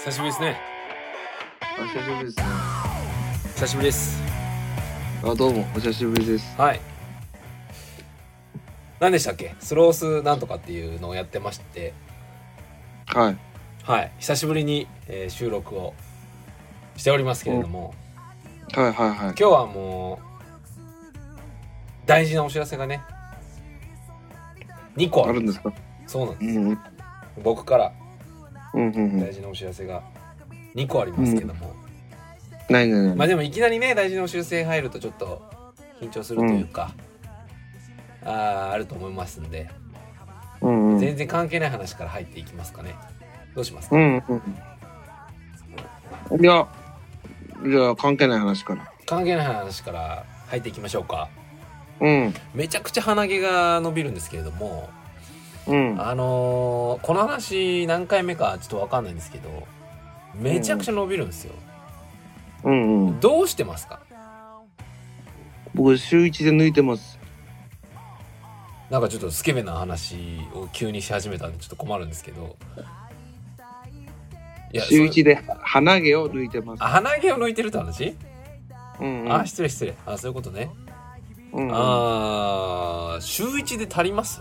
久しぶりですね。 お久しぶりですね。 久しぶりです。 どうもお久しぶりです。 はい。何でしたっけ？スロースなんとかっていうのをやってまして、 はい。 はい。久しぶりに、収録をしておりますけれども、 はいはいはい。 今日はもう大事なお知らせがね、2個あるんですか？ そうなんです。 うんうん僕からうんうん大事なお知らせが2個ありますけども、 ないないない。 まあでもいきなりね大事なお知らせ入るとちょっと緊張するというか、あると思いますんで、 うんうん。 全然関係ない話から入っていきますかね。どうしますか？ うんうん。じゃあ関係ない話から。 関係ない話から入っていきましょうか。 うん。 めちゃくちゃ鼻毛が伸びるんですけれども、 うん。 この話何回目かちょっと分かんないんですけど、めちゃくちゃ伸びるんですよ。 うんうん。 どうしてますか？ 僕週1で抜いてます。 なんかちょっとスケベな話を急にし始めたんでちょっと困るんですけど、いや週1で鼻毛を抜いてます。 鼻毛を抜いてるって話？ うんうん。 失礼そういうことね。 うんうん。 週1で足ります？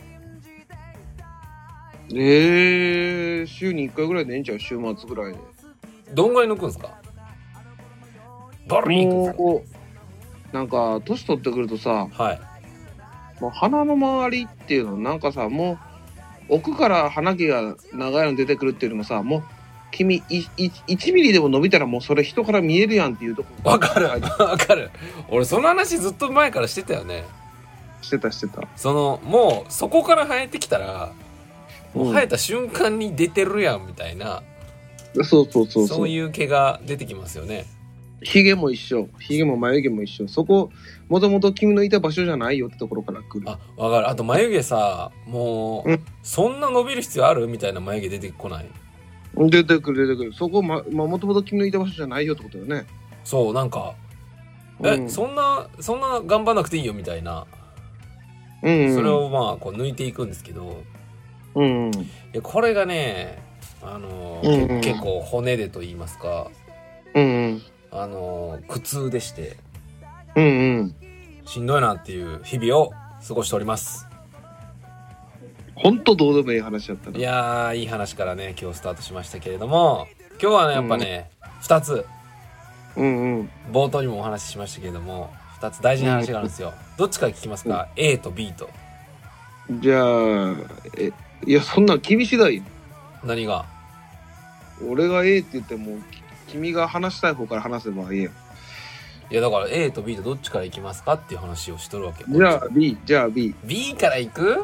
週に1回ぐらいでええんちゃう？週末ぐらいで。 どんぐらい抜くんですか？バリーンいくんですか？ もうなんか年取ってくるとさ、 はい。 もう鼻の周りっていうのなんかさ、もう奥から鼻毛が長いの出てくるっていうのもさ、もう君1ミリでも伸びたらもうそれ人から見えるやんっていうとこわかるわかる。俺その話ずっと前からしてたよね。 してた。 もうそこから生えてきたら、もううん生えた瞬間に出てるやんみたいな、 そういう毛が出てきますよね。 ヒゲも一緒、ヒゲも眉毛も一緒。そこもともと君のいた場所じゃないよってところから来る。 わかる。あと眉毛さ、もう、そんな伸びる必要あるみたいな眉毛出てこない？ 出てくる。そこもともと君のいた場所じゃないよってことよね。 そう、なんか、そんな頑張んなくていいよみたいな、それをまあこう抜いていくんですけど、いやこれがね、結構骨でと言いますか、苦痛でして、しんどいなっていう日々を過ごしております。 ほんとどうでもいい話だったな。 いやー、いい話からね今日スタートしましたけれども、今日はねやっぱね、2つ、冒頭にもお話ししましたけれども、2つ大事な話があるんですよ。どっちから聞きますか？ A と B と。 じゃあいやそんな君次第よ。 何が？ 俺が A って言っても君が話したい方から話せばいいやん。 いやだから A と B とどっちから行きますかっていう話をしとるわけよ。 じゃあ B。 B から行く？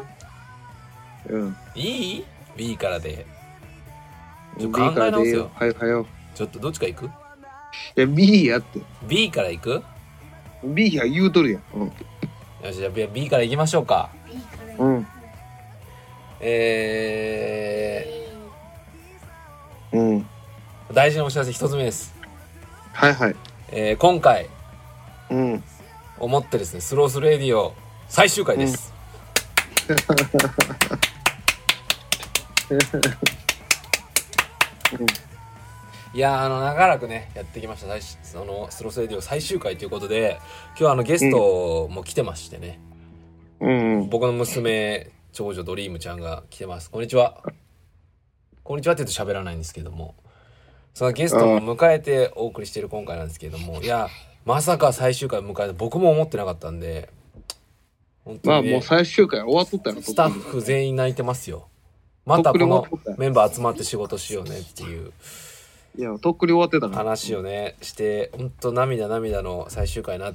いい？ い B からで B 考え直すよ。 はいよ。 ちょっとどっちから行く？ いや B やって。 B から行く？ B や言うとるやん。 よし、じゃあ B から行きましょうか。大事なお知らせ一つ目です。 はい。 今回をもってですね、スロースレディオ最終回です。いや長らくねやってきました。そのスロースレディオ最終回ということで、今日ゲストも来てましてね、僕の娘長女ドリームちゃんが来てます。こんにちは。こんにちはって言うと喋らないんですけども、そのゲストも迎えてお送りしている今回なんですけれども、いやまさか最終回を迎えて僕も思ってなかったんで、本当にね、 もう最終回終わっとったよ。 スタッフ全員泣いてますよ。またこのメンバー集まって仕事しようねっていう、 いやとっくに終わってた話をねして、本当涙の最終回になって、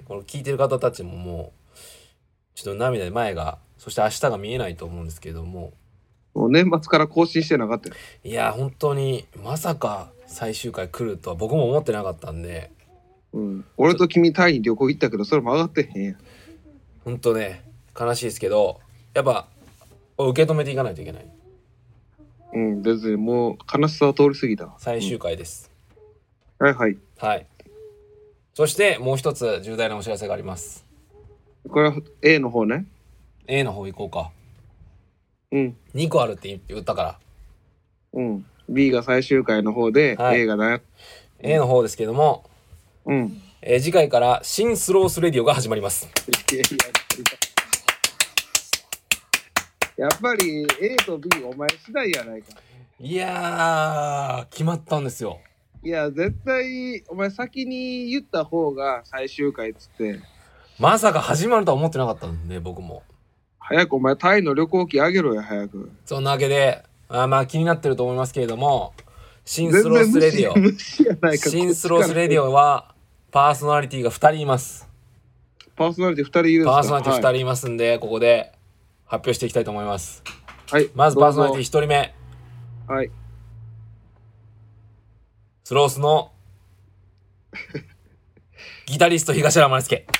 この聞いてる方たちももうちょっと涙で前が、そして明日が見えないと思うんですけれども、 もう年末から更新してなかったよ。 いや本当にまさか最終回来るとは僕も思ってなかったんで、 俺と君タイに旅行行ったけどそれも上がってへんやん。 本当ね悲しいですけど、やっぱ受け止めていかないといけない。 別にもう悲しさは通り過ぎた。 最終回です。 はい。 そしてもう一つ重大なお知らせがあります。 これは A の方ね。 A の方行こうか。 2 個あるって言ったから。 B が最終回の方で、 はい、 A がね。 A の方ですけども、 うん。 次回から新スロースレディオが始まります。 やっぱり A と B お前次第やないか。 いやー、決まったんですよ。 いや、絶対お前先に言った方が最終回っつって。 まさか始まるとは思ってなかったんで、僕も。 早くお前タイの旅行機あげろよ、早く。 そんなわけで、まあ気になってると思いますけれども、新スロースレディオ。新スロースレディオは、パーソナリティが2人います。 パーソナリティ2人いるんですか？ パーソナリティ2人いますんで、はい、ここで発表していきたいと思います。 はい。 まずパーソナリティ1人目。 はい。 スロースのギタリスト東原丸介。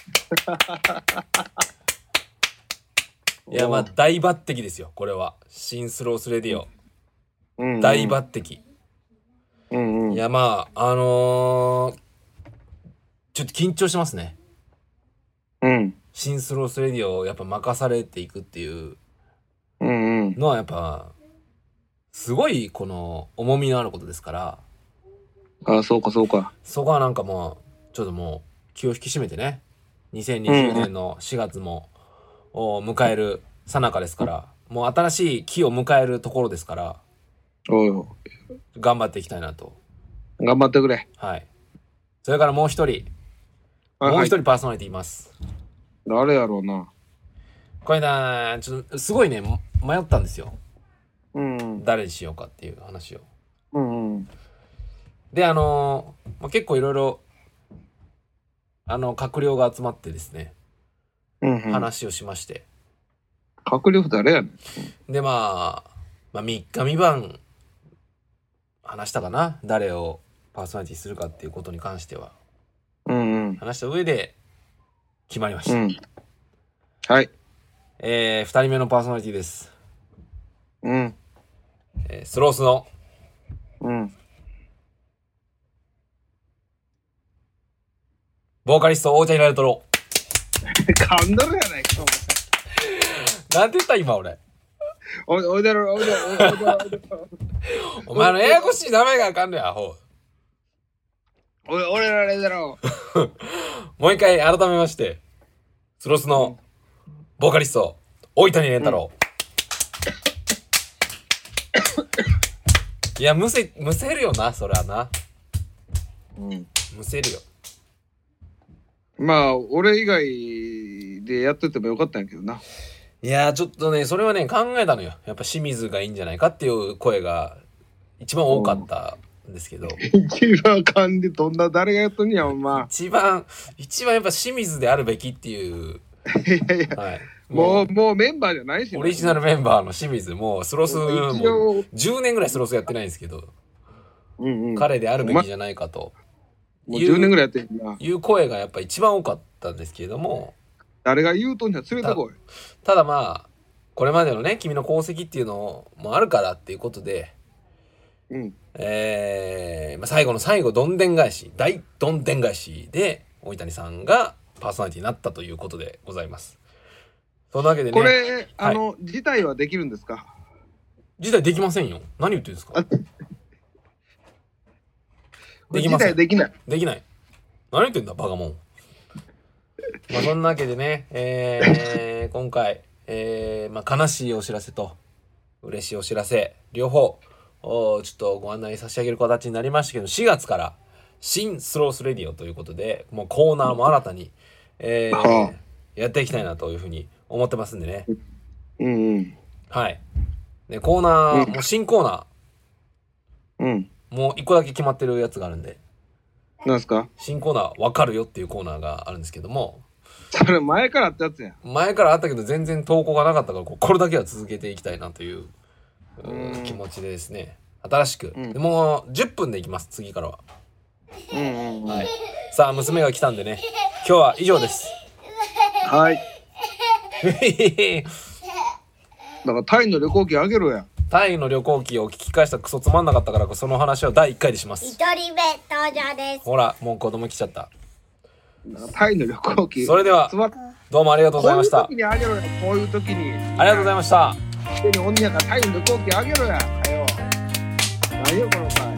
いや、まあ大抜擢ですよ、これは。新スロースレディオ。うんうん、大抜擢。うんうん、いや、まあ、ちょっと緊張しますね。うん。新スロースレディオをやっぱ任されていくっていうのはやっぱ、すごいこの重みのあることですから。 ああ、そうかそうか。 そこはなんかもう、ちょっともう気を引き締めてね。2020年の4月も、迎える最中ですから、もう新しい期を迎えるところですから、頑張っていきたいなと。 頑張ってくれ。 はい。それからもう一人、もう一人パーソナリティいます。 誰やろうな。 これな、ちょっとすごいね、迷ったんですよ。うん。誰にしようかっていう話を。うんうん。で、結構いろいろ、閣僚が集まってですね、話をしまして。 閣僚誰やねん。で、まあ3日3晩話したかな。誰をパーソナリティするかっていうことに関しては。話した上で決まりました。はい。2人目のパーソナリティです。スロースの。ボーカリスト、大茶になるとろ。 噛んどるやないか、お前。なんて言った今、俺。 おいだろ、 お前のややこしい名前があかんのや、アホ。 俺られだろ。 もう一回改めまして、スロスのボーカリスト、大谷連太郎。いや、むせるよな、それはな。むせるよ。 まあ、俺以外でやっててもよかったんやけどな。 いやー、ちょっとね、それはね、考えたのよ。やっぱ清水がいいんじゃないかっていう声が一番多かったんですけど。 一番かんで、どんな誰がやっとんや、お前。 一番やっぱ清水であるべきっていう。 いやいや、はい、もうメンバーじゃないし、 オリジナルメンバーの清水、もうスロス、もう10年ぐらいスロスやってないんですけど、彼であるべきじゃないかと。 もう10年ぐらいやってるな。 いう声がやっぱ一番多かったんですけれども。 誰が言うとんじゃ連れてこい。 ただまあ、これまでのね、君の功績っていうのもあるからっていうことで、最後の最後、どんでん返し、大どんでん返しで、大谷さんがパーソナリティになったということでございます。そのわけでね。 これ、辞退はできるんですか？ 辞退できませんよ。何言ってるんですか？ できません。できない。 できない。何言ってんだ、バカモン。まあそんなわけでね、今回、悲しいお知らせと嬉しいお知らせ両方ちょっとご案内差し上げる形になりましたけど、4月から新スロースレディオということで、もうコーナーも新たに、やっていきたいなというふうに思ってますんでね。はい。でコーナー、もう新コーナー、もう1個だけ決まってるやつがあるんで。 なんすか？ 新コーナー、わかるよっていうコーナーがあるんですけども。 それ前からあったやつやん。 前からあったけど全然投稿がなかったから、これだけは続けていきたいなという気持ちでですね。新しく。でもう10分でいきます、次からは。はい。さあ、娘が来たんでね。今日は以上です。 はい。だからタイの旅行機あげろや。 タイの旅行機を聞き返したらクソつまんなかったから、その話は第1回でします。 一人目登場です。 ほら、もう子供来ちゃった。 タイの旅行機。 それではどうもありがとうございました。 こういう時にあげろよ。こういう時に。 ありがとうございました。 手におんやからタイの旅行機あげろや。はよ。 よこの回。